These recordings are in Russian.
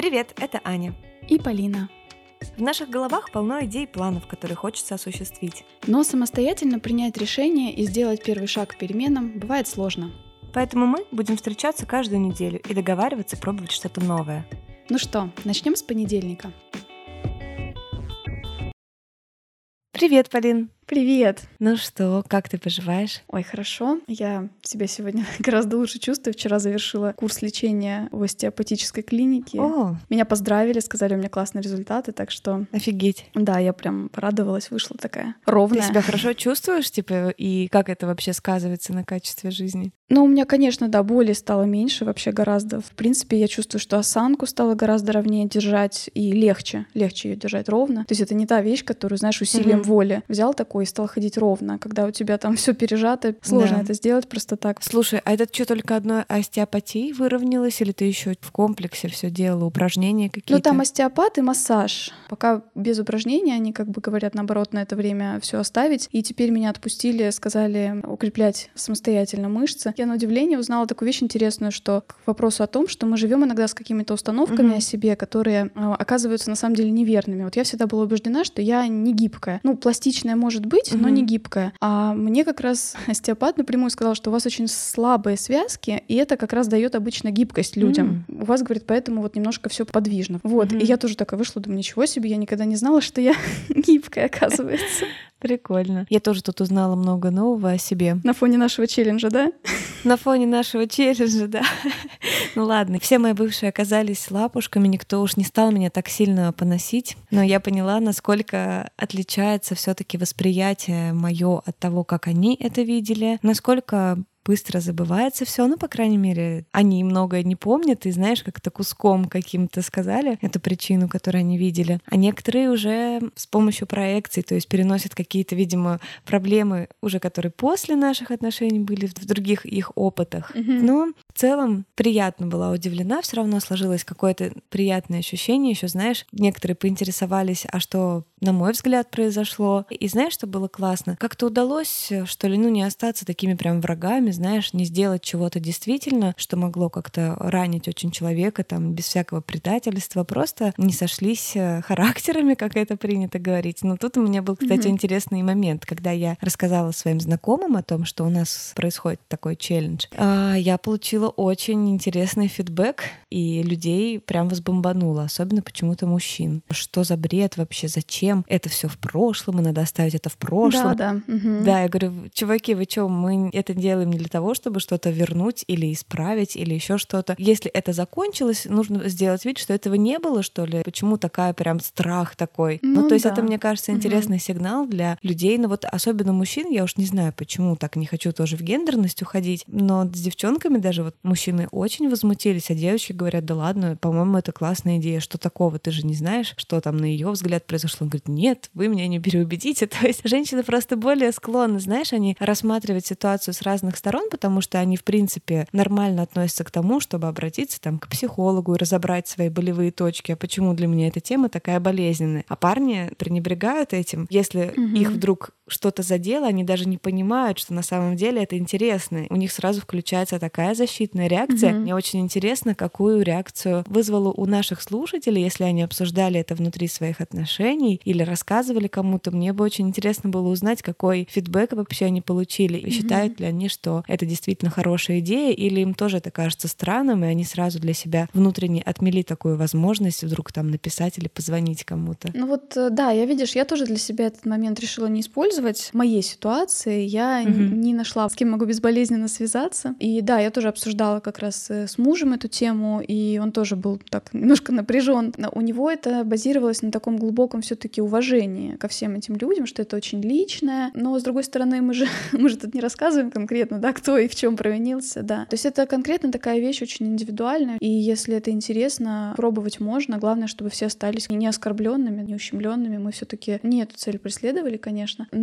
Привет, это Аня. И Полина. В наших головах полно идей и планов, которые хочется осуществить. Но самостоятельно принять решение и сделать первый шаг к переменам бывает сложно. Поэтому мы будем встречаться каждую неделю и договариваться пробовать что-то новое. Ну что, начнем с понедельника. Привет, Полин. Привет! Ну что, как ты поживаешь? Ой, хорошо. Я себя сегодня гораздо лучше чувствую. Вчера завершила курс лечения в остеопатической клинике. О, Меня поздравили, сказали, у меня классные результаты, так что... офигеть. Да, я прям порадовалась, вышла такая Ты ровная. себя хорошо чувствуешь, и как это вообще сказывается на качестве жизни? Ну, у меня, конечно, да, боли стало меньше вообще гораздо. В принципе, я чувствую, что осанку стало гораздо ровнее держать и легче ее держать ровно. То есть это не та вещь, которую, знаешь, усилием воли взял такой и стал ходить ровно. Когда у тебя там все пережато, сложно это сделать просто так. Слушай, а это что, только одной остеопатией выровнялось, или ты еще в комплексе все делала, упражнения какие-то? Ну, там остеопат и массаж. Пока без упражнений, они как бы говорят, наоборот, на это время все оставить. И теперь меня отпустили, сказали укреплять самостоятельно мышцы. Я на удивление узнала такую вещь интересную, что к вопросу о том, что мы живем иногда с какими-то установками о себе, которые оказываются на самом деле неверными. Вот я всегда была убеждена, что я не гибкая. Ну, пластичная может быть, но не гибкая. А мне как раз остеопат напрямую сказал, что у вас очень слабые связки, и это как раз дает обычно гибкость людям. У вас, говорит, поэтому вот немножко все подвижно. Вот. И я тоже такая вышла, думаю, ничего себе, я никогда не знала, что я гибкая, оказывается. Прикольно. Я тоже тут узнала много нового о себе. На фоне нашего челленджа, да? На фоне нашего челленджа, да. Ну ладно, все мои бывшие оказались лапушками, никто уж не стал меня так сильно поносить, но я поняла, насколько отличается все-таки восприятие мое от того, как они это видели, насколько быстро забывается все, ну, по крайней мере, они многое не помнят, и знаешь, как-то куском каким-то сказали эту причину, которую они видели. А некоторые уже с помощью проекций, то есть переносят какие-то, видимо, проблемы уже, которые после наших отношений были в других их опытах. Но в целом приятно была удивлена, все равно сложилось какое-то приятное ощущение. Еще, знаешь, некоторые поинтересовались, а что, на мой взгляд, произошло. И знаешь, что было классно? Как-то удалось, что ли, не остаться такими прям врагами, знаешь, не сделать чего-то действительно, что могло как-то ранить очень человека, там, без всякого предательства, просто не сошлись характерами, как это принято говорить. Но тут у меня был, кстати, интересный момент, когда я рассказала своим знакомым о том, что у нас происходит такой челлендж. Я получила очень интересный фидбэк, и людей прям возбомбануло, особенно почему-то мужчин. Что за бред вообще? Зачем? Это все в прошлом, и надо оставить это в прошлом. Да. Да, я говорю, чуваки, вы что, мы это делаем не для того, чтобы что-то вернуть или исправить, или еще что-то. Если это закончилось, нужно сделать вид, что этого не было, что ли. Почему такая прям страх такой? Ну, то есть это, мне кажется, интересный сигнал для людей. Но вот особенно мужчин, я уж не знаю, почему так не хочу тоже в гендерность уходить, но с девчонками даже вот мужчины очень возмутились, а девочки говорят, да ладно, по-моему, это классная идея. Что такого? Ты же не знаешь, что там на ее взгляд произошло. Он говорит, нет, вы меня не переубедите. То есть женщины просто более склонны, знаешь, они рассматривать ситуацию с разных сторон, потому что они, в принципе, нормально относятся к тому, чтобы обратиться там к психологу и разобрать свои болевые точки. А почему для меня эта тема такая болезненная? А парни пренебрегают этим. Если их вдруг что-то задело, они даже не понимают, что на самом деле это интересно. У них сразу включается такая защитная реакция. Мне очень интересно, какую реакцию вызвало у наших слушателей, если они обсуждали это внутри своих отношений или рассказывали кому-то. Мне бы очень интересно было узнать, какой фидбэк вообще они получили. И считают ли они, что это действительно хорошая идея, или им тоже это кажется странным, и они сразу для себя внутренне отмели такую возможность вдруг там написать или позвонить кому-то. Ну вот, да, я тоже для себя этот момент решила не использовать. В моей ситуации я не нашла, с кем могу безболезненно связаться. И да, я тоже обсуждала как раз с мужем эту тему, и он тоже был так немножко напряжен. У него это базировалось на таком глубоком все-таки уважении ко всем этим людям, что это очень личное. Но с другой стороны, мы же тут не рассказываем конкретно, да, кто и в чем провинился, да. То есть это конкретно такая вещь очень индивидуальная, и если это интересно, пробовать можно. Главное, чтобы все остались не оскорбленными, не ущемленными. Мы все-таки не эту цель преследовали, конечно.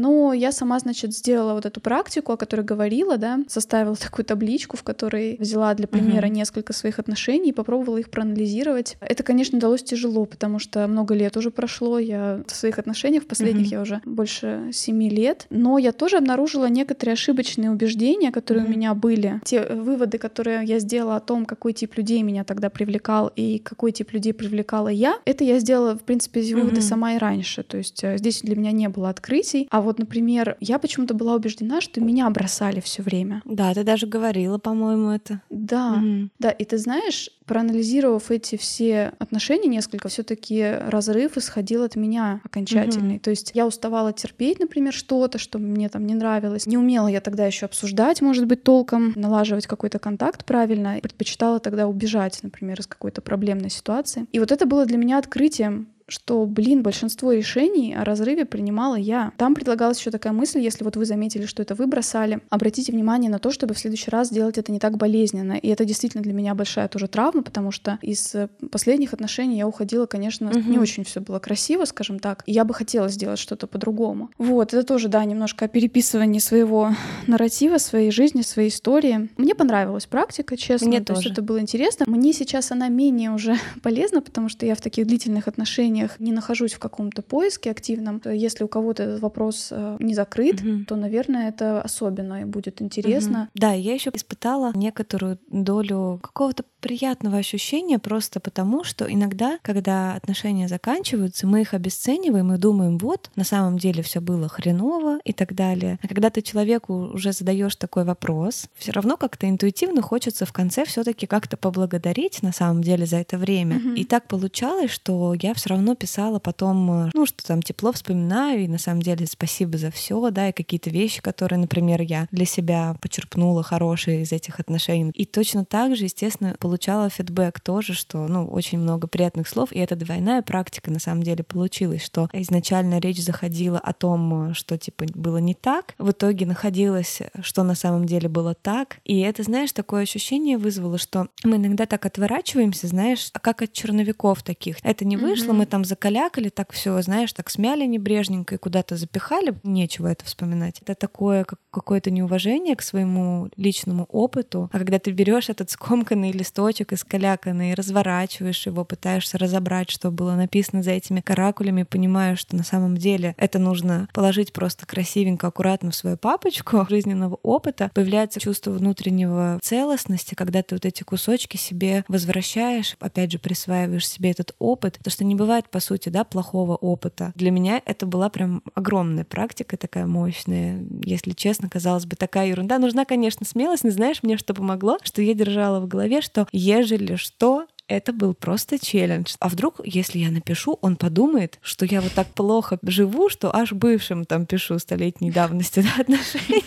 Но я сама, значит, сделала вот эту практику, о которой говорила, да, составила такую табличку, в которой взяла для примера несколько своих отношений и попробовала их проанализировать. Это, конечно, далось тяжело, потому что много лет уже прошло. Я в своих отношениях, в последних я уже больше 7 лет. Но я тоже обнаружила некоторые ошибочные убеждения, которые у меня были. Те выводы, которые я сделала о том, какой тип людей меня тогда привлекал и какой тип людей привлекала я, это я сделала, в принципе, эти выводы сама и раньше. То есть здесь для меня не было открытий. А вот, например, я почему-то была убеждена, что меня бросали все время. Да, ты даже говорила, по-моему, это. Да, да. И ты знаешь, проанализировав эти все отношения несколько, все-таки разрыв исходил от меня окончательный. То есть я уставала терпеть, например, что-то, что мне там не нравилось. Не умела я тогда еще обсуждать, может быть, толком, налаживать какой-то контакт правильно. Предпочитала тогда убежать, например, из какой-то проблемной ситуации. И вот это было для меня открытием, что, большинство решений о разрыве принимала я. Там предлагалась еще такая мысль, если вот вы заметили, что это вы бросали, обратите внимание на то, чтобы в следующий раз делать это не так болезненно. И это действительно для меня большая тоже травма, потому что из последних отношений я уходила, конечно, не очень все было красиво, скажем так. И я бы хотела сделать что-то по-другому. Вот, это тоже, да, немножко о переписывании своего нарратива, своей жизни, своей истории. Мне понравилась практика, честно. Мне то тоже. есть это было интересно. Мне сейчас она менее уже полезна, потому что я в таких длительных отношениях не нахожусь в каком-то поиске активном. Если у кого-то этот вопрос не закрыт, то, наверное, это особенно будет интересно. Да, я еще испытала некоторую долю какого-то приятного ощущения просто потому, что иногда, когда отношения заканчиваются, мы их обесцениваем и думаем, вот, на самом деле все было хреново и так далее. А когда ты человеку уже задаешь такой вопрос, все равно как-то интуитивно хочется в конце все-таки как-то поблагодарить на самом деле за это время. И так получалось, что я все равно писала потом, что там тепло вспоминаю, и на самом деле спасибо за все, да, и какие-то вещи, которые, например, я для себя почерпнула хорошие из этих отношений. И точно так же, естественно, получала фидбэк тоже, что, очень много приятных слов, и это двойная практика на самом деле получилась, что изначально речь заходила о том, что, было не так, в итоге находилось, что на самом деле было так, и это, знаешь, такое ощущение вызвало, что мы иногда так отворачиваемся, знаешь, как от черновиков таких. Это не вышло, мы там закалякали, так все, знаешь, так смяли небрежненько и куда-то запихали, нечего это вспоминать. Это такое какое-то неуважение к своему личному опыту, а когда ты берешь этот скомканный листочек искаляканный и разворачиваешь его, пытаешься разобрать, что было написано за этими каракулями, понимаешь, что на самом деле это нужно положить просто красивенько, аккуратно в свою папочку жизненного опыта, появляется чувство внутреннего целостности, когда ты вот эти кусочки себе возвращаешь, опять же, присваиваешь себе этот опыт, потому что не бывает, по сути, да, плохого опыта. Для меня это была прям огромная практика, такая мощная. Если честно, казалось бы, такая ерунда. Нужна, конечно, смелость, но знаешь, мне что помогло? Что я держала в голове, что ежели что, это был просто челлендж. А вдруг, если я напишу, он подумает, что я вот так плохо живу, что аж бывшим там пишу столетней давности, да, отношений.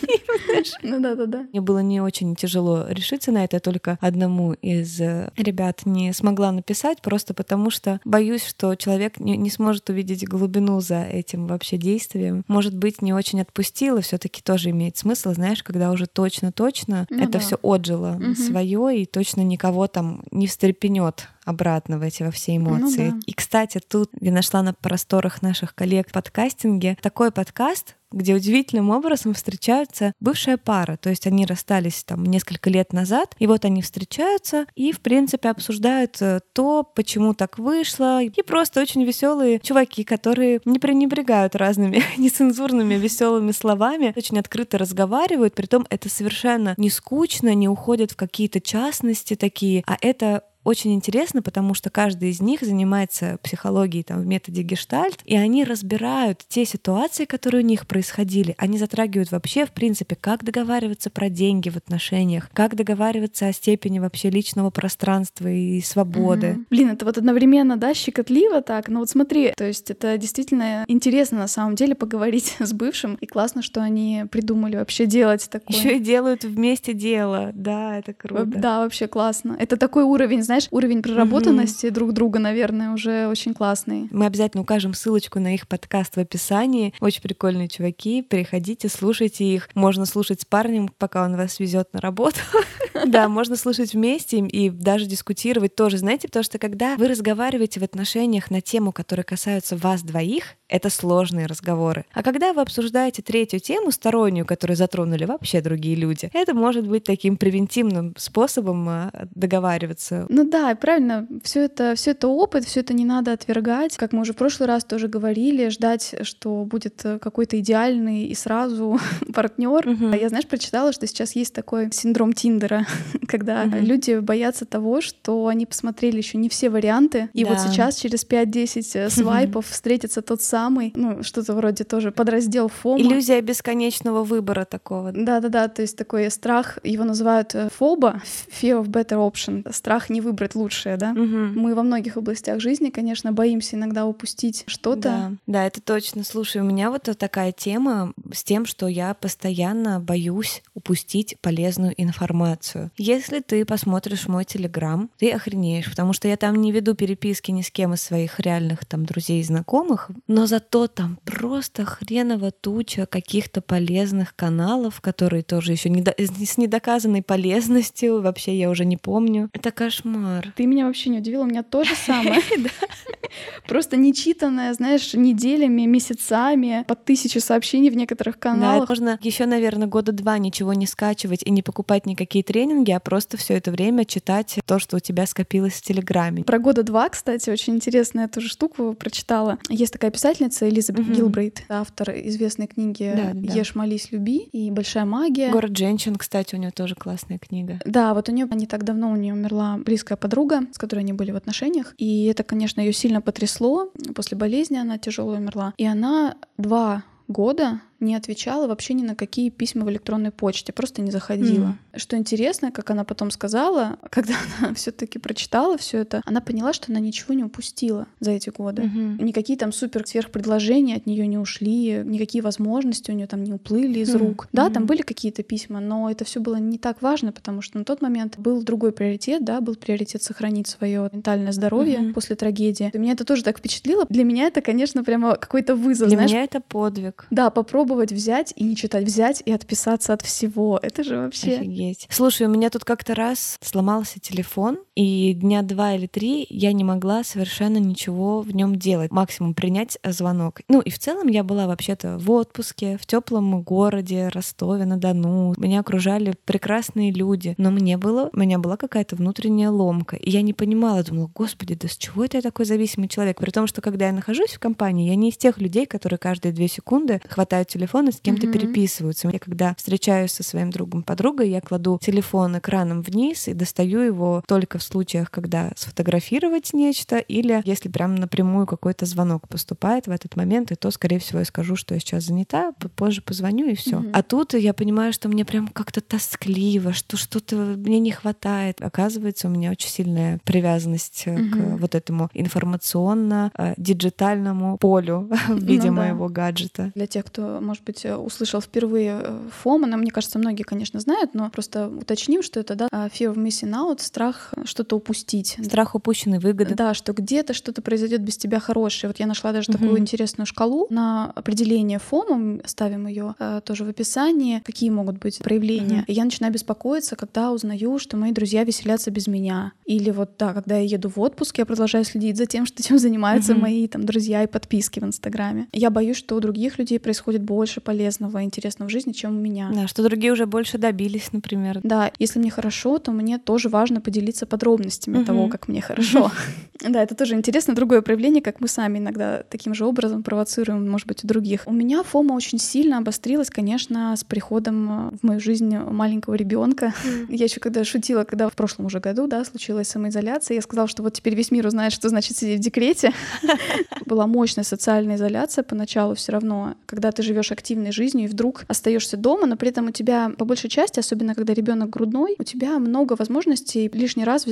Ну да. Мне было не очень тяжело решиться на это, я только одному из ребят не смогла написать, просто потому что боюсь, что человек не сможет увидеть глубину за этим вообще действием. Может быть, не очень отпустила, все-таки тоже имеет смысл, знаешь, когда уже точно это все отжило свое и точно никого там не встрепенет обратно во все эмоции. И, кстати, тут я нашла на просторах наших коллег в подкастинге такой подкаст, где удивительным образом встречаются бывшая пара. То есть они расстались там несколько лет назад, и вот они встречаются и, в принципе, обсуждают то, почему так вышло. И просто очень веселые чуваки, которые не пренебрегают разными нецензурными веселыми словами, очень открыто разговаривают, притом это совершенно не скучно, не уходят в какие-то частности такие, а это очень интересно, потому что каждый из них занимается психологией там, в методе гештальт, и они разбирают те ситуации, которые у них происходили. Они затрагивают вообще, в принципе, как договариваться про деньги в отношениях, как договариваться о степени вообще личного пространства и свободы. Блин, это вот одновременно, да, щекотливо так, но вот смотри, то есть это действительно интересно на самом деле поговорить с бывшим, и классно, что они придумали вообще делать такое. Еще и делают вместе дело, да, это круто. Да, вообще классно. Это такой уровень, знаешь, уровень проработанности друг друга, наверное, уже очень классный. Мы обязательно укажем ссылочку на их подкаст в описании. Очень прикольные чуваки. Приходите, слушайте их. Можно слушать с парнем, пока он вас везет на работу. Да, можно слушать вместе и даже дискутировать тоже, знаете, потому что когда вы разговариваете в отношениях на тему, которые касаются вас двоих, это сложные разговоры. А когда вы обсуждаете третью тему, стороннюю, которую затронули вообще другие люди, это может быть таким превентивным способом договариваться. Ну да, правильно, все это опыт, все это не надо отвергать. Как мы уже в прошлый раз тоже говорили, ждать, что будет какой-то идеальный и сразу партнер. Я, знаешь, прочитала, что сейчас есть такой синдром Тиндера, когда люди боятся того, что они посмотрели еще не все варианты, и вот сейчас через 5-10 свайпов встретится тот самый, ну, что-то вроде тоже подраздел фома. Иллюзия бесконечного выбора такого. Да-да-да, то есть такой страх, его называют фоба, fear of better option, страх не выбрать лучшее, да? Мы во многих областях жизни, конечно, боимся иногда упустить что-то. Да, это точно. Слушай, у меня вот такая тема с тем, что я постоянно боюсь упустить полезную информацию. Если ты посмотришь мой Телеграм, ты охренеешь, потому что я там не веду переписки ни с кем из своих реальных там друзей и знакомых, но зато там просто хреново туча каких-то полезных каналов, которые тоже еще с недоказанной полезностью, вообще я уже не помню. Это кошмар. Ты меня вообще не удивила, у меня то же самое. Просто нечитанное, знаешь, неделями, месяцами, по 1000 сообщений в некоторых каналах. Да, можно еще, наверное, 2 года ничего не скачивать и не покупать никакие тренинги, а просто все это время читать то, что у тебя скопилось в Телеграме. Про 2 года, кстати, очень интересно эту же штуку прочитала. Есть такая писательница Элизабет Гилбрейт, автор известной книги «Ешь, молись, люби» и «Большая магия». «Город женщин», кстати, у нее тоже классная книга. Да, вот у нее не так давно у нее умерла близкая подруга, с которой они были в отношениях, и это, конечно, ее сильно потрясло. После болезни она тяжело умерла, и она 2 года не отвечала вообще ни на какие письма в электронной почте, просто не заходила. Что интересно, как она потом сказала, когда она все-таки прочитала все это, она поняла, что она ничего не упустила за эти годы. Никакие там супер сверхпредложения от нее не ушли, никакие возможности у нее там не уплыли из рук. Да, там были какие-то письма, но это все было не так важно, потому что на тот момент был другой приоритет, да, был приоритет сохранить свое ментальное здоровье после трагедии. И меня это тоже так впечатлило. Для меня это, конечно, прямо какой-то вызов. Для меня это подвиг. Да, попробовать взять и не читать, взять и отписаться от всего. Это же вообще... Офигеть. Слушай, у меня тут как-то раз сломался телефон, и 2 дня или 3 я не могла совершенно ничего в нем делать. Максимум принять звонок. Ну и в целом я была вообще-то в отпуске, в теплом городе, Ростове-на-Дону. Меня окружали прекрасные люди, но у меня была какая-то внутренняя ломка. И я не понимала, думала, господи, да с чего это я такой зависимый человек? При том, что когда я нахожусь в компании, я не из тех людей, которые каждые 2 секунды хватают телефон и с кем-то переписываются. Я когда встречаюсь со своим другом-подругой, я кладу телефон экраном вниз и достаю его только в случаях, когда сфотографировать нечто или если прям напрямую какой-то звонок поступает в этот момент, и то, скорее всего, я скажу, что я сейчас занята, позже позвоню и все. А тут я понимаю, что мне прям как-то тоскливо, что что-то мне не хватает. Оказывается, у меня очень сильная привязанность к вот этому информационно-диджитальному полю в виде моего гаджета. Для тех, кто, может быть, услышал впервые ФОМО, мне кажется, многие, конечно, знают, но просто уточним, что это, да, fear of missing out, страх что-то упустить. Страх упущенной выгоды. Да, что где-то что-то произойдет без тебя хорошее. Вот я нашла даже такую интересную шкалу на определение ФОМО, ставим ее тоже в описании, какие могут быть проявления. И я начинаю беспокоиться, когда узнаю, что мои друзья веселятся без меня. Или вот, да, когда я еду в отпуск, я продолжаю следить за тем, что этим занимаются мои там друзья и подписки в Инстаграме. Я боюсь, что у других людей происходит больше полезного и интересного в жизни, чем у меня. Да, что другие уже больше добились, например. Да, если мне хорошо, то мне тоже важно поделиться подробностями того, как мне хорошо. Да, это тоже интересно. Другое проявление, как мы сами иногда таким же образом провоцируем, может быть, у других. У меня фома очень сильно обострилась, конечно, с приходом в мою жизнь маленького ребенка. Я еще когда шутила, когда в прошлом уже году, да, случилась самоизоляция, я сказала, что вот теперь весь мир узнает, что значит сидеть в декрете. Была мощная социальная изоляция поначалу все равно, когда ты живешь активной жизнью и вдруг остаешься дома, но при этом у тебя по большей части, особенно когда ребенок грудной, у тебя много возможностей лишний раз взять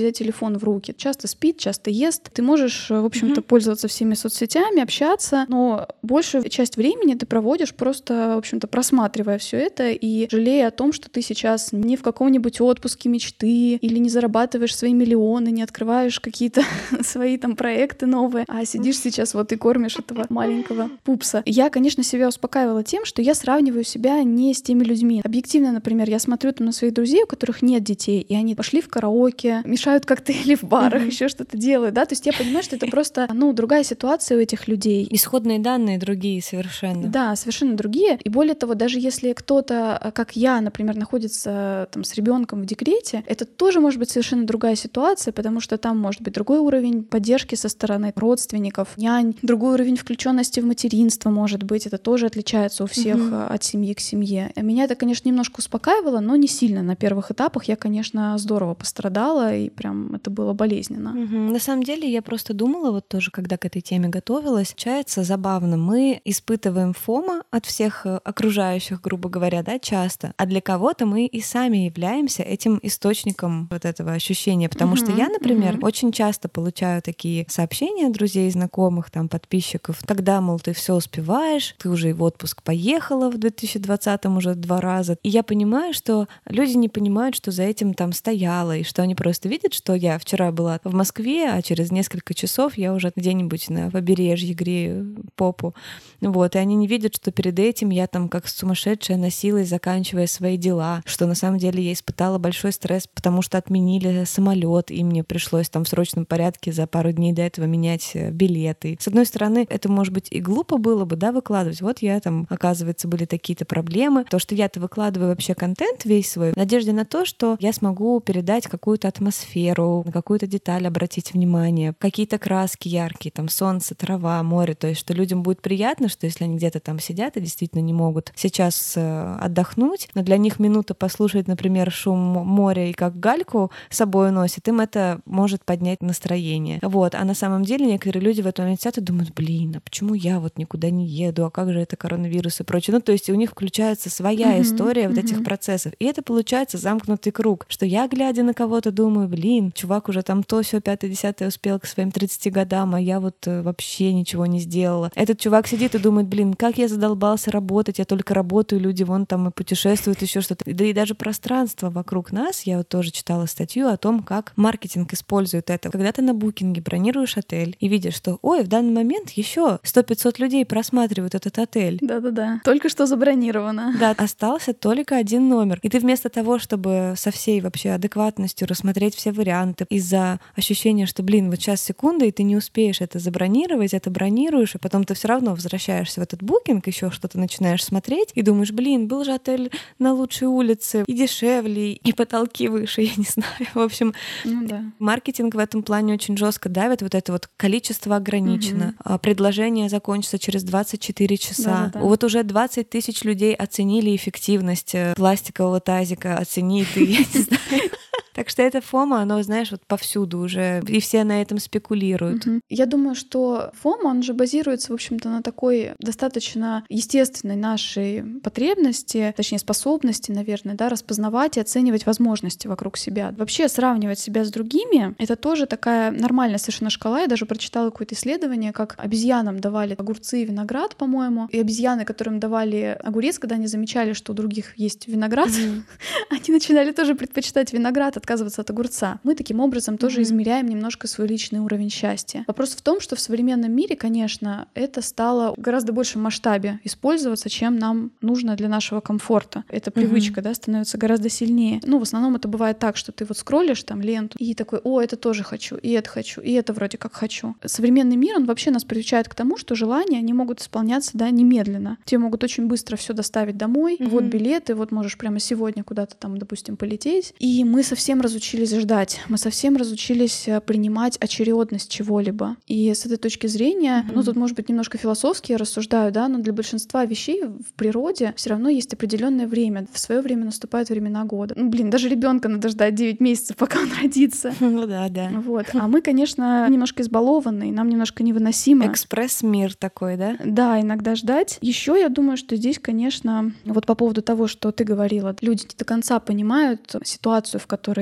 взять телефон в руки. Часто спит, часто ест. Ты можешь, в общем-то, пользоваться всеми соцсетями, общаться, но большую часть времени ты проводишь просто, в общем-то, просматривая все это и жалея о том, что ты сейчас не в каком-нибудь отпуске мечты или не зарабатываешь свои миллионы, не открываешь какие-то свои там проекты новые, а сидишь сейчас вот и кормишь этого маленького пупса. Я, конечно, себя успокаивала тем, что я сравниваю себя не с теми людьми. Объективно, например, я смотрю там на своих друзей, у которых нет детей, и они пошли в караоке, мешают коктейли в барах, еще что-то делают, да, то есть я понимаю, что это просто, другая ситуация у этих людей. Исходные данные другие совершенно. Да, совершенно другие. И более того, даже если кто-то, как я, например, находится там с ребенком в декрете, это тоже может быть совершенно другая ситуация, потому что там может быть другой уровень поддержки со стороны родственников, нянь, другой уровень включенности в материнство может быть. Это тоже отличается у всех от семьи к семье. Меня это, конечно, немножко успокаивало, но не сильно. На первых этапах я, конечно, здорово пострадала, и прям это было болезненно. На самом деле, я просто думала, вот тоже, когда к этой теме готовилась, получается забавно. Мы испытываем фомо от всех окружающих, грубо говоря, да, часто, а для кого-то мы и сами являемся этим источником вот этого ощущения, потому что я, например, очень часто получаю такие сообщения от друзей, знакомых, там, подписчиков, когда, мол, ты все успеваешь, ты уже и в отпуск поехала в 2020-м уже 2 раза, и я понимаю, что люди не понимают, что за этим там стояло, и что они просто видят, что я вчера была в Москве, а через несколько часов я уже где-нибудь на побережье грею попу. Вот, и они не видят, что перед этим я там как сумасшедшая носилась, заканчивая свои дела, что на самом деле я испытала большой стресс, потому что отменили самолет, и мне пришлось там в срочном порядке за пару дней до этого менять билеты. С одной стороны, это, может быть, и глупо было бы, да, выкладывать. Вот я там, оказывается, были такие-то проблемы. То, что я-то выкладываю вообще контент весь свой, в надежде на то, что я смогу передать какую-то атмосферу, на какую-то деталь обратить внимание, какие-то краски яркие, там солнце, трава, море, то есть что людям будет приятно, что если они где-то там сидят и действительно не могут сейчас отдохнуть, но для них минута послушать, например, шум моря и как гальку с собой уносит, им это может поднять настроение. Вот. А на самом деле некоторые люди в этом момент сидят и думают, блин, а почему я вот никуда не еду, а как же это коронавирус и прочее. То есть у них включается своя история вот этих процессов. И это получается замкнутый круг, что я, глядя на кого-то, думаю, блин, чувак уже там то, сё, 5-10 успел к своим 30 годам, а я вот вообще ничего не сделала. Этот чувак сидит и думает, блин, как я задолбался работать, я только работаю, люди вон там и путешествуют, еще что-то. Да и даже пространство вокруг нас, я вот тоже читала статью о том, как маркетинг использует это. Когда ты на букинге бронируешь отель и видишь, что, ой, в данный момент еще 100-500 людей просматривают этот отель. Да-да-да. Только что забронировано. Да, остался только один номер. И ты вместо того, чтобы со всей вообще адекватностью рассмотреть все варианты из-за ощущения, что, блин, вот сейчас секунда, и ты не успеешь это забронировать, это бронируешь, и потом ты все равно возвращаешься в этот букинг, еще что-то начинаешь смотреть, и думаешь, блин, был же отель на лучшей улице, и дешевле, и потолки выше, я не знаю. В общем, маркетинг в этом плане очень жестко давит, вот это вот количество ограничено, предложение закончится через 24 часа. Да-да-да. Вот уже 20 тысяч людей оценили эффективность пластикового тазика, оцени ты, я не знаю. Так что это фомо, оно, знаешь, вот повсюду уже, и все на этом спекулируют. Я думаю, что фомо, он же базируется, в общем-то, на такой достаточно естественной нашей потребности, точнее, способности, наверное, да, распознавать и оценивать возможности вокруг себя. Вообще сравнивать себя с другими — это тоже такая нормальная совершенно шкала. Я даже прочитала какое-то исследование, как обезьянам давали огурцы и виноград, по-моему, и обезьяны, которым давали огурец, когда они замечали, что у других есть виноград, они начинали тоже предпочитать виноград, отказываться от огурца. Мы таким образом тоже измеряем немножко свой личный уровень счастья. Вопрос в том, что в современном мире, конечно, это стало в гораздо большем масштабе использоваться, чем нам нужно для нашего комфорта. Эта привычка, да, становится гораздо сильнее. В основном это бывает так, что ты вот скроллишь там ленту и такой, о, это тоже хочу, и это вроде как хочу. Современный мир, он вообще нас приучает к тому, что желания, они могут исполняться, да, немедленно. Тебе могут очень быстро все доставить домой, вот билеты, вот можешь прямо сегодня куда-то там, допустим, полететь. И мы совсем разучились ждать, мы совсем разучились принимать очередность чего-либо. И с этой точки зрения, тут, может быть, немножко философски я рассуждаю, да, но для большинства вещей в природе все равно есть определенное время. В свое время наступают времена года. Даже ребенка надо ждать 9 месяцев, пока он родится. Да. Вот. А мы, конечно, немножко избалованы, нам немножко невыносимо. Экспресс-мир такой, да? Да, иногда ждать. Еще я думаю, что здесь, конечно, вот по поводу того, что ты говорила, люди не до конца понимают ситуацию, в которой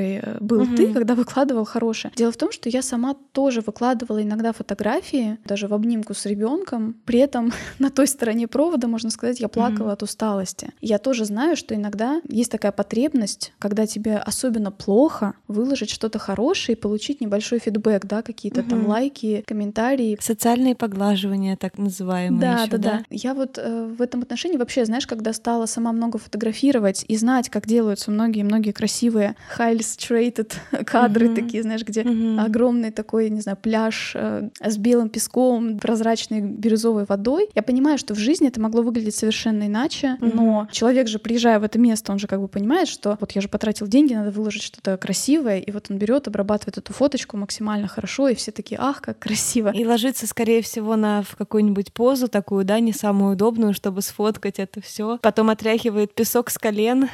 который был ты, когда выкладывал хорошее. Дело в том, что я сама тоже выкладывала иногда фотографии, даже в обнимку с ребенком. При этом на той стороне провода, можно сказать, я плакала от усталости. Я тоже знаю, что иногда есть такая потребность, когда тебе особенно плохо, выложить что-то хорошее и получить небольшой фидбэк, да, какие-то там лайки, комментарии. Социальные поглаживания, так называемые. Да. Я вот в этом отношении вообще, знаешь, когда стала сама много фотографировать и знать, как делаются многие-многие красивые highly saturated кадры такие, знаешь, где огромный такой, не знаю, пляж с белым песком, прозрачной бирюзовой водой, я понимаю, что в жизни это могло выглядеть совершенно иначе, но человек же, приезжая в это место, он же как бы понимает, что вот я же потратил деньги, надо выложить что-то красивое, и вот он берет, обрабатывает эту фоточку максимально хорошо, и все такие: ах, как красиво. И ложится, скорее всего, в какую-нибудь позу такую, да, не самую удобную, чтобы сфоткать это все. Потом отряхивает песок с колен.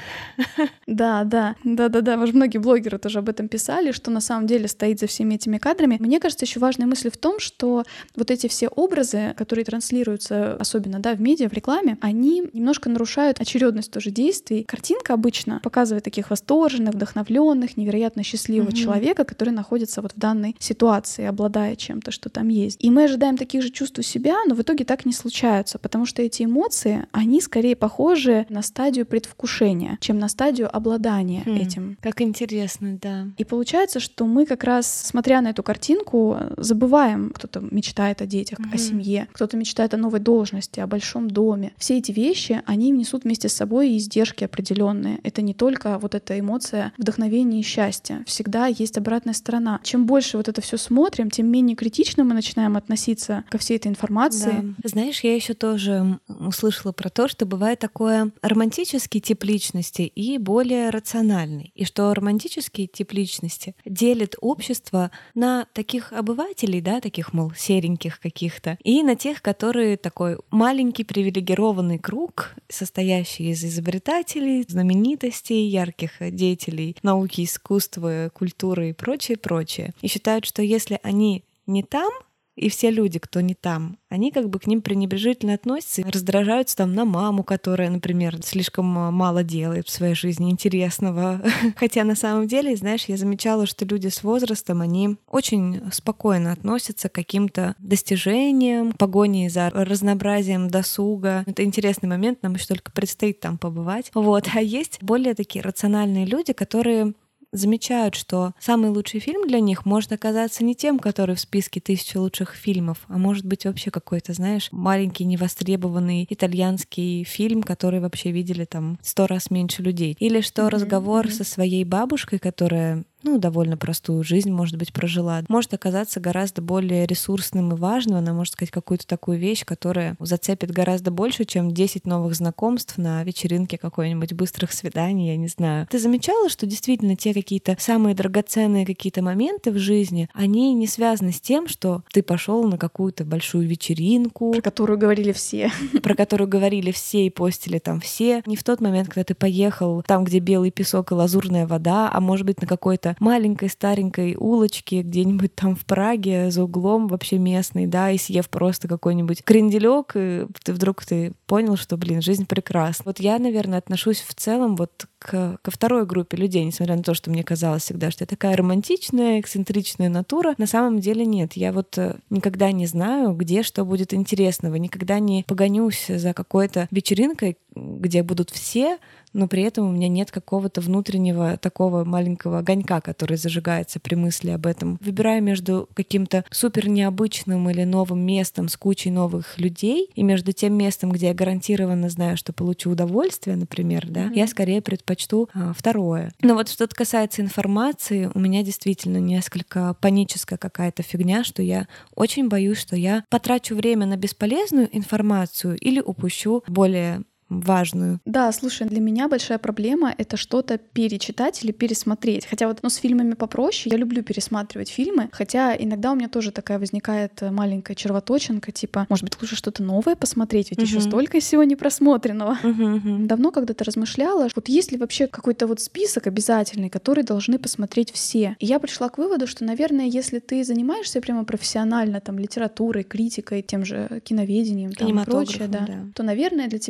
Да. Может, многие блогеры тоже об этом писали, что на самом деле стоит за всеми этими кадрами. Мне кажется, еще важная мысль в том, что вот эти все образы, которые транслируются, особенно, да, в медиа, в рекламе, они немножко нарушают очередность тоже действий. Картинка обычно показывает таких восторженных, вдохновленных, невероятно счастливого человека, который находится вот в данной ситуации, обладая чем-то, что там есть. И мы ожидаем таких же чувств у себя, но в итоге так не случаются, потому что эти эмоции, они скорее похожи на стадию предвкушения, чем на стадию обладания этим. Как интересно, да. И получается, что мы как раз, смотря на эту картинку, забываем. Кто-то мечтает о детях, о семье, кто-то мечтает о новой должности, о большом доме. Все эти вещи, они несут вместе с собой издержки определенные. Это не только вот эта эмоция вдохновения и счастья. Всегда есть обратная сторона. Чем больше вот это все смотрим, тем менее критично мы начинаем относиться ко всей этой информации. Да. Знаешь, я еще тоже услышала про то, что бывает такое романтический тип личности и более рациональный. И что романтический тип личности делит общество на таких обывателей, да, таких, мол, сереньких каких-то, и на тех, которые такой маленький привилегированный круг, состоящий из изобретателей, знаменитостей, ярких деятелей науки, искусства, культуры и прочее. И считают, что если они не там, и все люди, кто не там, они как бы к ним пренебрежительно относятся и раздражаются там на маму, которая, например, слишком мало делает в своей жизни интересного. Хотя на самом деле, знаешь, я замечала, что люди с возрастом, они очень спокойно относятся к каким-то достижениям, погоне за разнообразием досуга. Это интересный момент, нам еще только предстоит там побывать. Вот. А есть более такие рациональные люди, которые замечают, что самый лучший фильм для них может оказаться не тем, который в списке 1000 лучших фильмов, а может быть вообще какой-то, знаешь, маленький, невостребованный итальянский фильм, который вообще видели там 100 раз меньше людей. Или что разговор со своей бабушкой, которая довольно простую жизнь, может быть, прожила, может оказаться гораздо более ресурсным и важным. Она может сказать какую-то такую вещь, которая зацепит гораздо больше, чем 10 новых знакомств на вечеринке какой-нибудь быстрых свиданий, я не знаю. Ты замечала, что действительно те какие-то самые драгоценные какие-то моменты в жизни, они не связаны с тем, что ты пошел на какую-то большую вечеринку, про которую говорили все. Про которую говорили все и постили там все. Не в тот момент, когда ты поехал там, где белый песок и лазурная вода, а может быть на какой-то маленькой старенькой улочке где-нибудь там в Праге за углом вообще местный, да, и съев просто какой-нибудь кренделек, и ты понял, что, жизнь прекрасна. Вот я, наверное, отношусь в целом вот ко второй группе людей, несмотря на то, что мне казалось всегда, что я такая романтичная, эксцентричная натура. На самом деле нет. Я вот никогда не знаю, где что будет интересного, никогда не погонюсь за какой-то вечеринкой, где будут все, но при этом у меня нет какого-то внутреннего такого маленького огонька, который зажигается при мысли об этом. Выбираю между каким-то супер необычным или новым местом с кучей новых людей и между тем местом, где я гарантированно знаю, что получу удовольствие, например, да, я скорее предпочту второе. Но вот что касается информации, у меня действительно несколько паническая какая-то фигня, что я очень боюсь, что я потрачу время на бесполезную информацию или упущу более важную. Да, слушай, для меня большая проблема — это что-то перечитать или пересмотреть. Хотя вот с фильмами попроще. Я люблю пересматривать фильмы, хотя иногда у меня тоже такая возникает маленькая червоточинка, типа, может быть, лучше что-то новое посмотреть, ведь еще столько всего не просмотренного. Давно когда-то размышляла, вот есть ли вообще какой-то вот список обязательный, который должны посмотреть все. И я пришла к выводу, что, наверное, если ты занимаешься прямо профессионально там литературой, критикой, тем же киноведением там, и прочее, да, то, наверное, для тебя стоит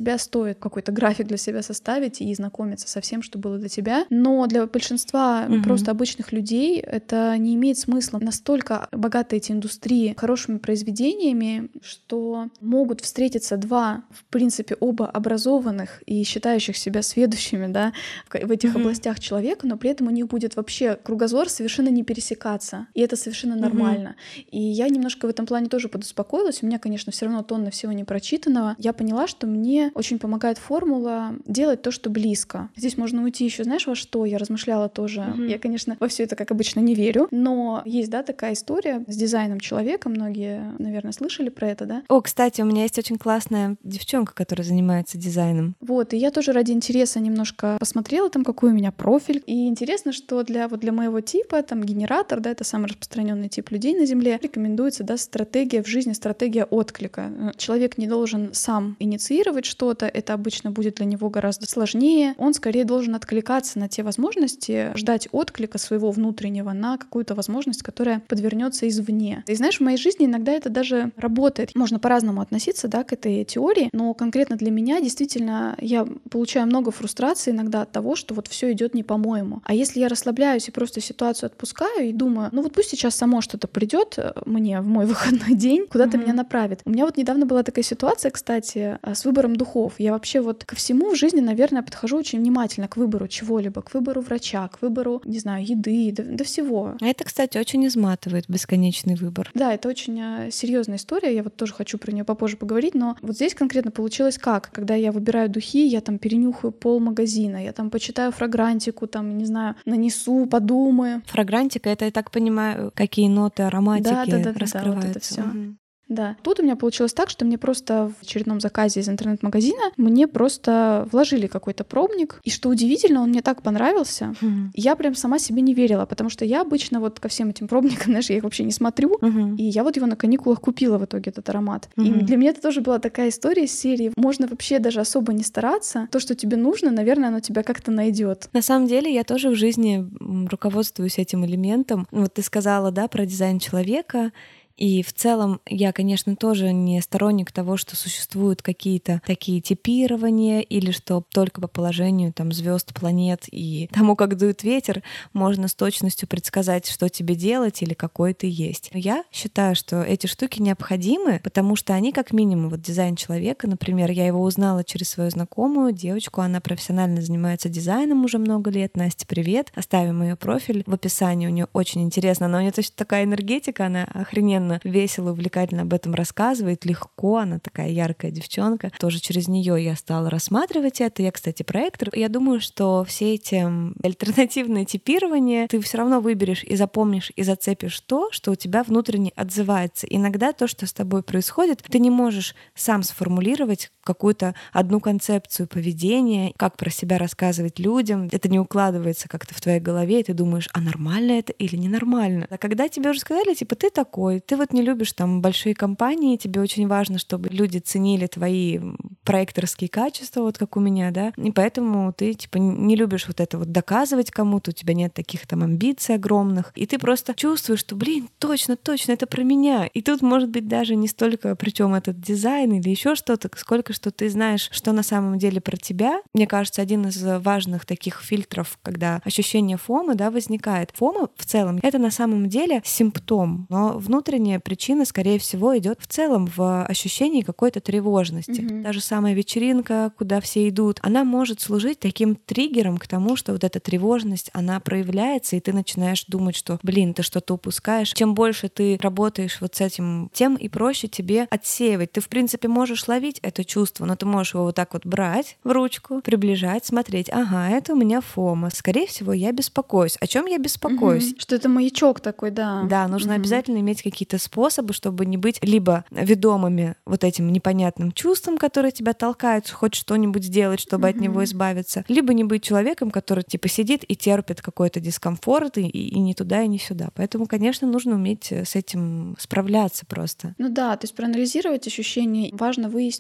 стоит какой-то график для себя составить и знакомиться со всем, что было до тебя. Но для большинства просто обычных людей это не имеет смысла. Настолько богаты эти индустрии хорошими произведениями, что могут встретиться два, в принципе, оба образованных и считающих себя сведущими, да, в этих областях человека, но при этом у них будет вообще кругозор совершенно не пересекаться. И это совершенно нормально. И я немножко в этом плане тоже подуспокоилась. У меня, конечно, все равно тонна всего непрочитанного. Я поняла, что мне очень помогает формула делать то, что близко. Здесь можно уйти еще, знаешь, во что? Я размышляла тоже. Я, конечно, во все это, как обычно, не верю, но есть, да, такая история с дизайном человека. Многие, наверное, слышали про это, да? О, кстати, у меня есть очень классная девчонка, которая занимается дизайном. Вот, и я тоже ради интереса немножко посмотрела там, какой у меня профиль. И интересно, что для моего типа, там, генератор, да, это самый распространенный тип людей на Земле, рекомендуется, да, стратегия в жизни, стратегия отклика. Человек не должен сам инициировать что-то, это обычно будет для него гораздо сложнее. Он скорее должен откликаться на те возможности, ждать отклика своего внутреннего на какую-то возможность, которая подвернется извне. И знаешь, в моей жизни иногда это даже работает. Можно по-разному относиться, да, к этой теории, но конкретно для меня действительно я получаю много фрустрации иногда от того, что вот все идет не по-моему. А если я расслабляюсь и просто ситуацию отпускаю и думаю, ну вот пусть сейчас само что-то придет мне в мой выходной день, куда-то меня направит. У меня вот недавно была такая ситуация, кстати, с выбором духов. Я вообще вот ко всему в жизни, наверное, подхожу очень внимательно к выбору чего-либо, к выбору врача, к выбору, не знаю, еды, до всего. А это, кстати, очень изматывает, бесконечный выбор. Да, это очень серьезная история, я вот тоже хочу про нее попозже поговорить, но вот здесь конкретно получилось как? Когда я выбираю духи, я там перенюхаю полмагазина, я там почитаю фрагрантику, там, не знаю, нанесу, подумаю. Фрагрантика — это, я так понимаю, какие ноты ароматики раскрываются. Да, вот это все. Да. Тут у меня получилось так, что мне просто в очередном заказе из интернет-магазина мне просто вложили какой-то пробник. И что удивительно, он мне так понравился. Я прям сама себе не верила, потому что я обычно вот ко всем этим пробникам, знаешь, я их вообще не смотрю. И я вот его на каникулах купила в итоге, этот аромат. И для меня это тоже была такая история из серии. Можно вообще даже особо не стараться. То, что тебе нужно, наверное, оно тебя как-то найдет. На самом деле я тоже в жизни руководствуюсь этим элементом. Вот ты сказала, да, про дизайн человека. И в целом я, конечно, тоже не сторонник того, что существуют какие-то такие типирования или что только по положению там звезд, планет и тому, как дует ветер, можно с точностью предсказать, что тебе делать или какой ты есть. Но я считаю, что эти штуки необходимы, потому что они как минимум, вот дизайн человека, например, я его узнала через свою знакомую девочку, она профессионально занимается дизайном уже много лет. Настя, привет. Оставим ее профиль в описании, у нее очень интересно, но у нее точно такая энергетика, она охрененно весело, увлекательно об этом рассказывает, легко, она такая яркая девчонка. Тоже через нее я стала рассматривать это. Я, кстати, проектор. Я думаю, что все эти альтернативные типирования ты все равно выберешь и запомнишь, и зацепишь то, что у тебя внутренне отзывается. Иногда то, что с тобой происходит, ты не можешь сам сформулировать какую-то одну концепцию поведения, как про себя рассказывать людям. Это не укладывается как-то в твоей голове, и ты думаешь, а нормально это или ненормально? А когда тебе уже сказали, типа, ты такой, ты вот не любишь там большие компании, тебе очень важно, чтобы люди ценили твои проекторские качества, вот как у меня, да, и поэтому ты, типа, не любишь вот это вот доказывать кому-то, у тебя нет таких там амбиций огромных, и ты просто чувствуешь, что, блин, точно, это про меня. И тут, может быть, даже не столько, причем этот дизайн или еще что-то, сколько что ты знаешь, что на самом деле про тебя. Мне кажется, один из важных таких фильтров, когда ощущение фомы, да, возникает. Фома в целом — это на самом деле симптом, но внутренне причина, скорее всего, идет в целом в ощущении какой-то тревожности. Та же самая вечеринка, куда все идут, она может служить таким триггером к тому, что вот эта тревожность, она проявляется, и ты начинаешь думать, что, блин, ты что-то упускаешь. Чем больше ты работаешь вот с этим, тем и проще тебе отсеивать. Ты, в принципе, можешь ловить это чувство, но ты можешь его вот так вот брать в ручку, приближать, смотреть, ага, это у меня фома. Скорее всего, я беспокоюсь. О чем я беспокоюсь? Что это маячок такой, да. Да, нужно обязательно иметь какие-то способы, чтобы не быть либо ведомыми вот этим непонятным чувством, которое тебя толкает, хоть что-нибудь сделать, чтобы от него избавиться, либо не быть человеком, который типа сидит и терпит какой-то дискомфорт и ни туда, и ни сюда. Поэтому, конечно, нужно уметь с этим справляться просто. Ну да, то есть проанализировать ощущения, важно выяснить, не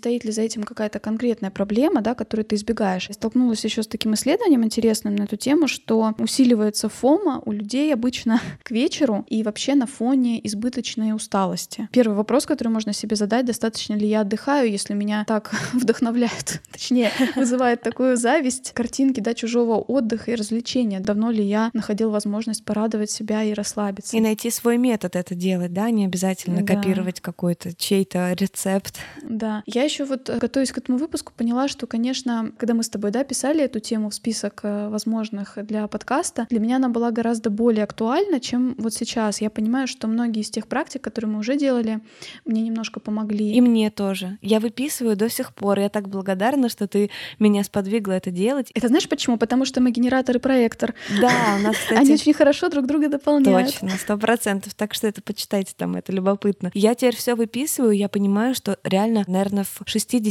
стоит ли за этим какая-то конкретная проблема, да, которую ты избегаешь. Я столкнулась еще с таким исследованием интересным на эту тему, что усиливается фома у людей обычно к вечеру и вообще на фоне избыточной усталости. Первый вопрос, который можно себе задать: достаточно ли я отдыхаю, если меня так вдохновляют, точнее, вызывает такую зависть картинки, да, чужого отдыха и развлечения. Давно ли я находил возможность порадовать себя и расслабиться. И найти свой метод это делать, да, не обязательно копировать какой-то чей-то рецепт. Да. Я еще вот, готовясь к этому выпуску, поняла, что, конечно, когда мы с тобой, да, писали эту тему в список возможных для подкаста, для меня она была гораздо более актуальна, чем вот сейчас. Я понимаю, что многие из тех практик, которые мы уже делали, мне немножко помогли. И мне тоже. Я выписываю до сих пор. Я так благодарна, что ты меня сподвигла это делать. Это знаешь почему? Потому что мы генератор и проектор. Да, у нас, кстати... Они очень хорошо друг друга дополняют. Точно, 100%. Так что это почитайте там, это любопытно. Я теперь все выписываю, я понимаю, что реально, наверное, в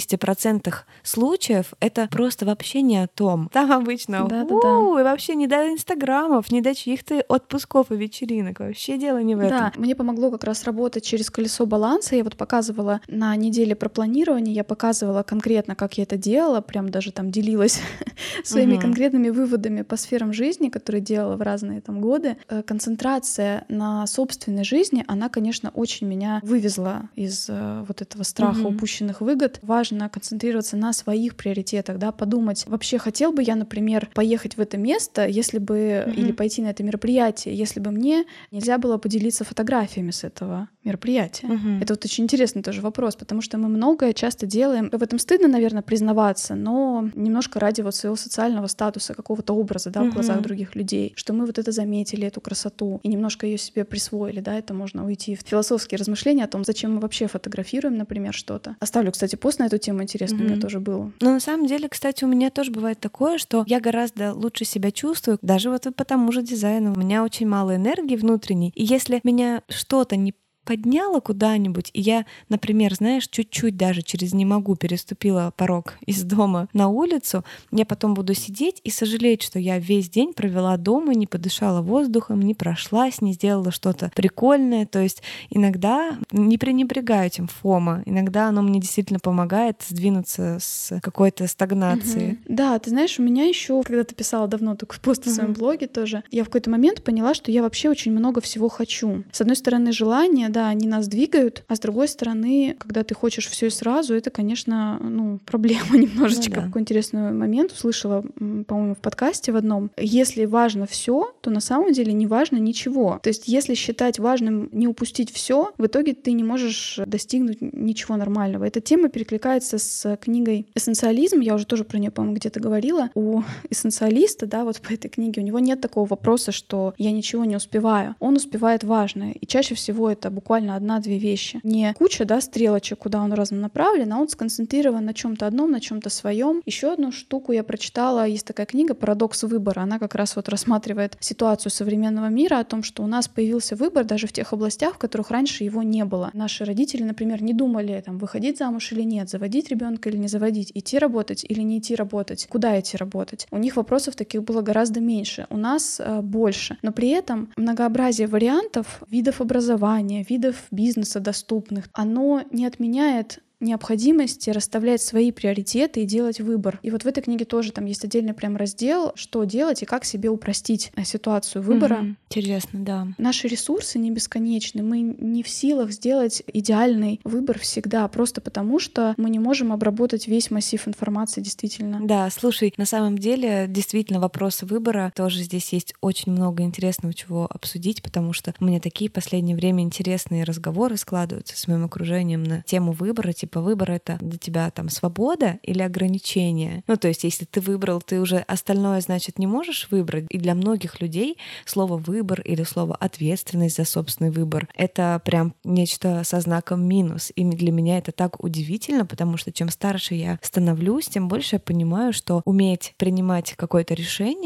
60% случаев это просто вообще не о том. Там обычно и вообще не до инстаграмов, не до чьих-то отпусков и вечеринок. Вообще дело не в этом. Да, мне помогло как раз работать через колесо баланса. Я вот показывала на неделе про планирование, я показывала конкретно, как я это делала, прям даже там делилась своими конкретными выводами по сферам жизни, которые делала в разные там годы. Концентрация на собственной жизни, она, конечно, очень меня вывезла из вот этого страха упущенных выгод. Важно концентрироваться на своих приоритетах, да, подумать, вообще хотел бы я, например, поехать в это место, если бы, или пойти на это мероприятие, если бы мне нельзя было поделиться фотографиями с этого мероприятия. Это вот очень интересный тоже вопрос, потому что мы многое часто делаем, в этом стыдно, наверное, признаваться, но немножко ради вот своего социального статуса, какого-то образа, да, в глазах других людей, что мы вот это заметили, эту красоту, и немножко ее себе присвоили, да, это можно уйти в философские размышления о том, зачем мы вообще фотографируем, например, что-то. Оставлю, кстати, пост на эту тему, интересный у меня тоже был. Но на самом деле, кстати, у меня тоже бывает такое, что я гораздо лучше себя чувствую, даже вот по тому же дизайну. У меня очень мало энергии внутренней, и если меня что-то не подняла куда-нибудь, и я, например, знаешь, чуть-чуть даже через «не могу» переступила порог из дома на улицу, я потом буду сидеть и сожалеть, что я весь день провела дома, не подышала воздухом, не прошлась, не сделала что-то прикольное. То есть иногда не пренебрегаю этим фома, иногда оно мне действительно помогает сдвинуться с какой-то стагнации. Да, ты знаешь, у меня еще, когда ты писала давно такой пост в своем блоге тоже, я в какой-то момент поняла, что я вообще очень много всего хочу. С одной стороны, желание, да, они нас двигают, а с другой стороны, когда ты хочешь все и сразу, это, конечно, проблема немножечко. Какой интересный момент услышала, по-моему, в подкасте в одном. Если важно все, то на самом деле не важно ничего. То есть, если считать важным не упустить все, в итоге ты не можешь достигнуть ничего нормального. Эта тема перекликается с книгой «Эссенциализм». Я уже тоже про нее, по-моему, где-то говорила. У эссенциалиста, да, вот по этой книге, у него нет такого вопроса, что я ничего не успеваю. Он успевает важное. И чаще всего это буквально одна-две вещи. Не куча, да, стрелочек, куда он разнонаправлен, а он сконцентрирован на чем-то одном, на чем-то своем. Еще одну штуку я прочитала, есть такая книга «Парадокс выбора». Она как раз вот рассматривает ситуацию современного мира о том, что у нас появился выбор даже в тех областях, в которых раньше его не было. Наши родители, например, не думали, там, выходить замуж или нет, заводить ребенка или не заводить, идти работать или не идти работать, куда идти работать. У них вопросов таких было гораздо меньше, у нас больше. Но при этом многообразие вариантов, видов образования, видов бизнеса доступных, оно не отменяет необходимости расставлять свои приоритеты и делать выбор. И вот в этой книге тоже там есть отдельный прям раздел, что делать и как себе упростить ситуацию выбора. Интересно, да. Наши ресурсы не бесконечны, мы не в силах сделать идеальный выбор всегда, просто потому что мы не можем обработать весь массив информации действительно. Да, слушай, на самом деле действительно вопросы выбора, тоже здесь есть очень много интересного чего обсудить, потому что у меня такие в последнее время интересные разговоры складываются с моим окружением на тему выбора, типа выбор — это для тебя там свобода или ограничение. То есть если ты выбрал, ты уже остальное, значит, не можешь выбрать. И для многих людей слово «выбор» или слово «ответственность» за собственный выбор — это прям нечто со знаком минус. И для меня это так удивительно, потому что чем старше я становлюсь, тем больше я понимаю, что уметь принимать какое-то решение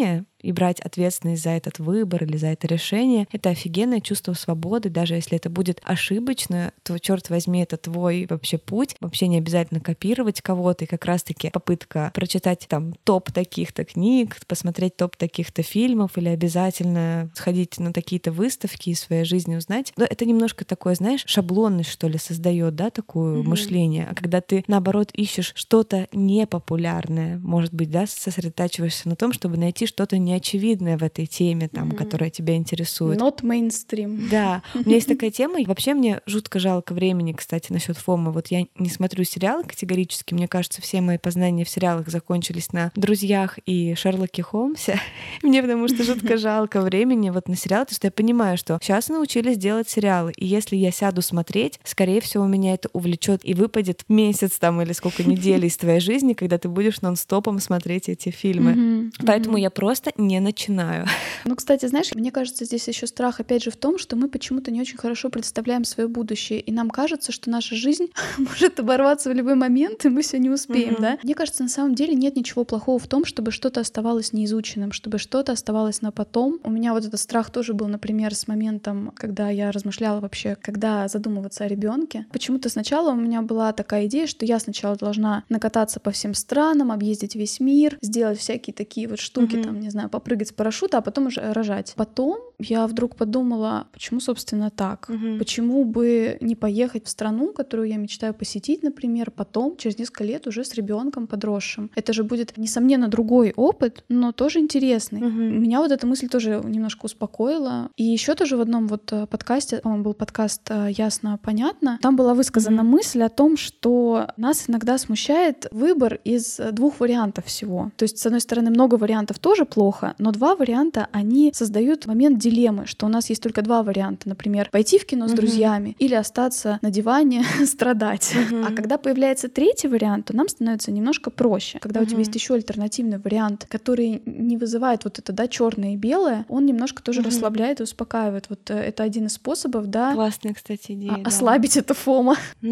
и брать ответственность за этот выбор или за это решение, это офигенное чувство свободы, даже если это будет ошибочно, то, черт возьми, это твой вообще путь. Вообще не обязательно копировать кого-то, и как раз-таки попытка прочитать там топ таких-то книг, посмотреть топ таких-то фильмов или обязательно сходить на такие-то выставки из своей жизни узнать. Но это немножко такое, знаешь, шаблонность, что ли, создает, да, такое мышление. А когда ты, наоборот, ищешь что-то непопулярное, может быть, да, сосредотачиваешься на том, чтобы найти что-то неочевидное в этой теме, там, которая тебя интересует. Not mainstream. Да, у меня есть такая тема. Вообще мне жутко жалко времени, кстати, насчет ФОМа. Вот я не смотрю сериалы категорически. Мне кажется, все мои познания в сериалах закончились на «Друзьях» и «Шерлоке Холмсе». Мне потому что жутко жалко времени вот на сериалы, потому что я понимаю, что сейчас научились делать сериалы, и если я сяду смотреть, скорее всего, меня это увлечет и выпадет месяц там или сколько недель из твоей жизни, когда ты будешь нон-стопом смотреть эти фильмы. Поэтому я просто не начинаю. Ну, кстати, знаешь, мне кажется, здесь еще страх, опять же, в том, что мы почему-то не очень хорошо представляем свое будущее, и нам кажется, что наша жизнь может оборваться в любой момент, и мы все не успеем, да? Мне кажется, на самом деле нет ничего плохого в том, чтобы что-то оставалось неизученным, чтобы что-то оставалось на потом. У меня вот этот страх тоже был, например, с моментом, когда я размышляла вообще, когда задумываться о ребенке. Почему-то сначала у меня была такая идея, что я сначала должна накататься по всем странам, объездить весь мир, сделать всякие такие вот штуки, там, не знаю, попрыгать с парашюта, а потом уже рожать. Потом я вдруг подумала, почему, собственно, так? Почему бы не поехать в страну, которую я мечтаю посетить, например, потом, через несколько лет уже с ребенком подросшим? Это же будет, несомненно, другой опыт, но тоже интересный. Меня вот эта мысль тоже немножко успокоила. И еще тоже в одном вот подкасте, по-моему, был подкаст «Ясно, понятно», там была высказана мысль о том, что нас иногда смущает выбор из двух вариантов всего. То есть, с одной стороны, много вариантов тоже плохо, но два варианта, они создают момент дилеммы, что у нас есть только два варианта. Например, пойти в кино с друзьями или остаться на диване страдать. А когда появляется третий вариант, то нам становится немножко проще. Когда у тебя есть еще альтернативный вариант, который не вызывает вот это, да, черное и белое, он немножко тоже расслабляет и успокаивает. Вот это один из способов, да, классная, кстати, идея, ослабить это фома.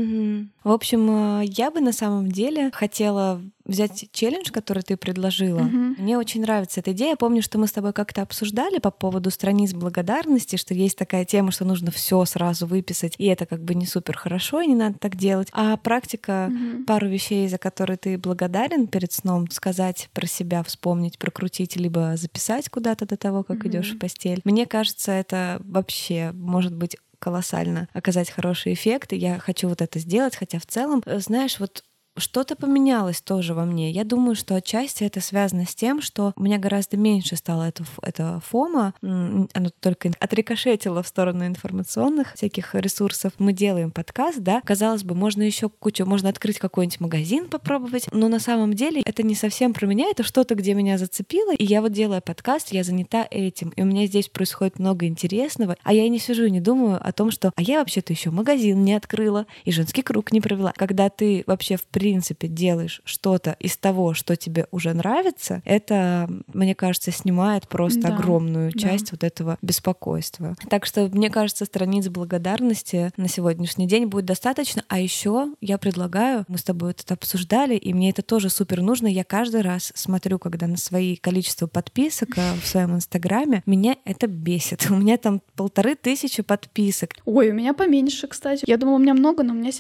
В общем, я бы на самом деле хотела взять челлендж, который ты предложила. Мне очень нравится эта идея. Я помню, что мы с тобой как-то обсуждали по поводу страниц благодарности, что есть такая тема, что нужно все сразу выписать, и это как бы не супер хорошо, и не надо так делать. А практика, пару вещей, за которые ты благодарен перед сном, сказать про себя, вспомнить, прокрутить, либо записать куда-то до того, как идешь в постель. Мне кажется, это вообще может быть колоссально оказать хороший эффект, и я хочу вот это сделать, хотя в целом, знаешь, вот что-то поменялось тоже во мне. Я думаю, что отчасти это связано с тем, что у меня гораздо меньше стало это фома, оно только отрикошетило в сторону информационных всяких ресурсов. Мы делаем подкаст, да, казалось бы, можно еще кучу, можно открыть какой-нибудь магазин, попробовать, но на самом деле это не совсем про меня, это что-то, где меня зацепило, и я вот делаю подкаст, я занята этим, и у меня здесь происходит много интересного, а я не сижу и не думаю о том, что я вообще-то еще магазин не открыла и женский круг не провела. Когда ты вообще в принципе делаешь что-то из того, что тебе уже нравится, это, мне кажется, снимает просто огромную часть вот этого беспокойства. Так что, мне кажется, страниц благодарности на сегодняшний день будет достаточно. А еще я предлагаю, мы с тобой это обсуждали, и мне это тоже супер нужно. Я каждый раз смотрю, когда на свои количество подписок в своем инстаграме, меня это бесит. У меня там 1500 подписок. Ой, у меня поменьше, кстати. Я думала, у меня много, но у меня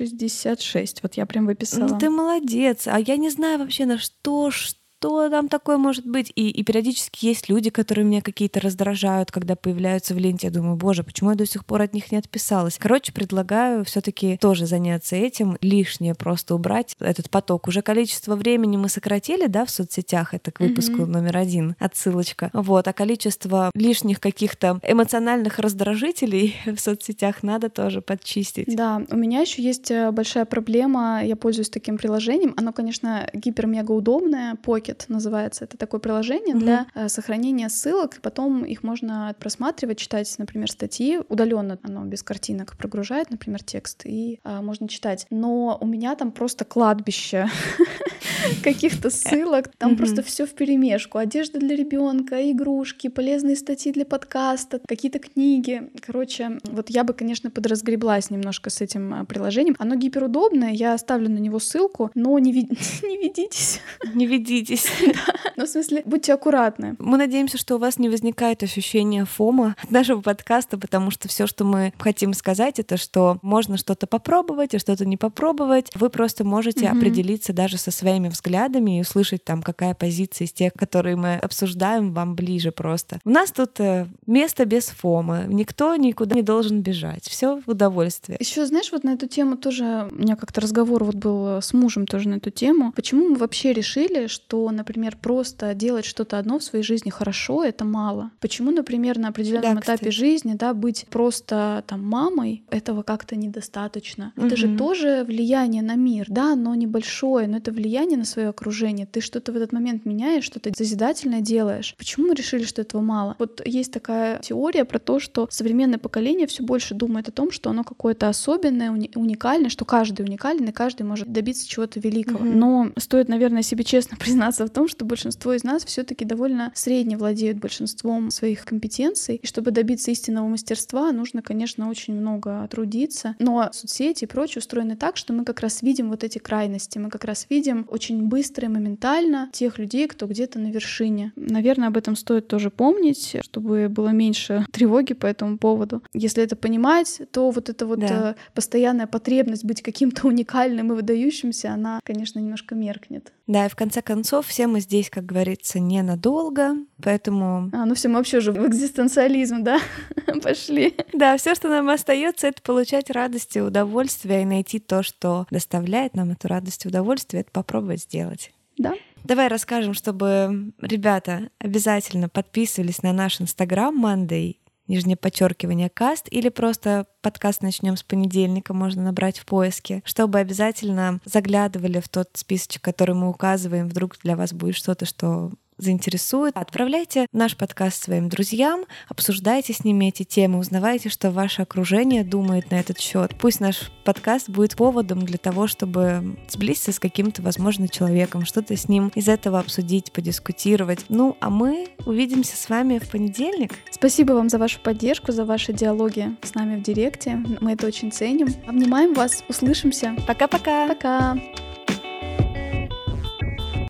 766. Вот я прям выписала. Ну ты молодец. А я не знаю вообще, на что там такое может быть. И периодически есть люди, которые меня какие-то раздражают, когда появляются в ленте. Я думаю, боже, почему я до сих пор от них не отписалась? Короче, предлагаю все-таки тоже заняться этим, лишнее просто убрать этот поток. Уже количество времени мы сократили, да, в соцсетях, это к выпуску номер 1, отсылочка. Вот, а количество лишних каких-то эмоциональных раздражителей в соцсетях надо тоже подчистить. Да, у меня еще есть большая проблема, я пользуюсь таким приложением, оно, конечно, гипер-мега удобное, Pocket называется. Это такое приложение для сохранения ссылок. Потом их можно просматривать, читать, например, статьи. Удаленно оно без картинок прогружает, например, текст, и можно читать. Но у меня там просто кладбище каких-то ссылок. Там просто все вперемешку. Одежда для ребенка, игрушки, полезные статьи для подкаста, какие-то книги. Короче, вот я бы, конечно, подразгреблась немножко с этим приложением. Оно гиперудобное, я оставлю на него ссылку, но не ведитесь. Не ведитесь. Ну, в смысле, будьте аккуратны. Мы надеемся, что у вас не возникает ощущения фома от нашего подкаста, потому что все, что мы хотим сказать, это что можно что-то попробовать, а что-то не попробовать. Вы просто можете определиться даже со своими взглядами и услышать там, какая позиция из тех, которые мы обсуждаем, вам ближе просто. У нас тут место без фома. Никто никуда не должен бежать. Все в удовольствие. Еще, знаешь, вот на эту тему тоже у меня как-то разговор вот был с мужем тоже на эту тему. Почему мы вообще решили, что, например, просто делать что-то одно в своей жизни хорошо — это мало? Почему, например, на определенном этапе жизни, да, быть просто там мамой — этого как-то недостаточно? Это же тоже влияние на мир, да, оно небольшое, но это влияние на свое окружение. Ты что-то в этот момент меняешь, что-то созидательное делаешь. Почему мы решили, что этого мало? Вот есть такая теория про то, что современное поколение все больше думает о том, что оно какое-то особенное, уникальное, что каждый уникален, и каждый может добиться чего-то великого. Но стоит, наверное, себе честно признаться в том, что большинство из нас все-таки довольно средне владеют большинством своих компетенций, и чтобы добиться истинного мастерства, нужно, конечно, очень много трудиться. Но соцсети и прочее устроены так, что мы как раз видим вот эти крайности, мы как раз видим очень быстро и моментально тех людей, кто где-то на вершине. Наверное, об этом стоит тоже помнить, чтобы было меньше тревоги по этому поводу. Если это понимать, то вот эта вот постоянная потребность быть каким-то уникальным и выдающимся, она, конечно, немножко меркнет. Да, и в конце концов, все мы здесь, как говорится, ненадолго, поэтому... Ну все, мы вообще уже в экзистенциализм, да, пошли. Да, все, что нам остается, это получать радость и удовольствие, и найти то, что доставляет нам эту радость и удовольствие, это попробовать сделать. Да. Давай расскажем, чтобы ребята обязательно подписывались на наш Instagram Monday, _cast, или просто подкаст «Начнем с понедельника» можно набрать в поиске, чтобы обязательно заглядывали в тот списочек, который мы указываем, вдруг для вас будет что-то, что заинтересует. Отправляйте наш подкаст своим друзьям, обсуждайте с ними эти темы, узнавайте, что ваше окружение думает на этот счет. Пусть наш подкаст будет поводом для того, чтобы сблизиться с каким-то, возможно, человеком, что-то с ним из этого обсудить, подискутировать. Ну, а мы увидимся с вами в понедельник. Спасибо вам за вашу поддержку, за ваши диалоги с нами в директе. Мы это очень ценим. Обнимаем вас, услышимся. Пока-пока. Пока.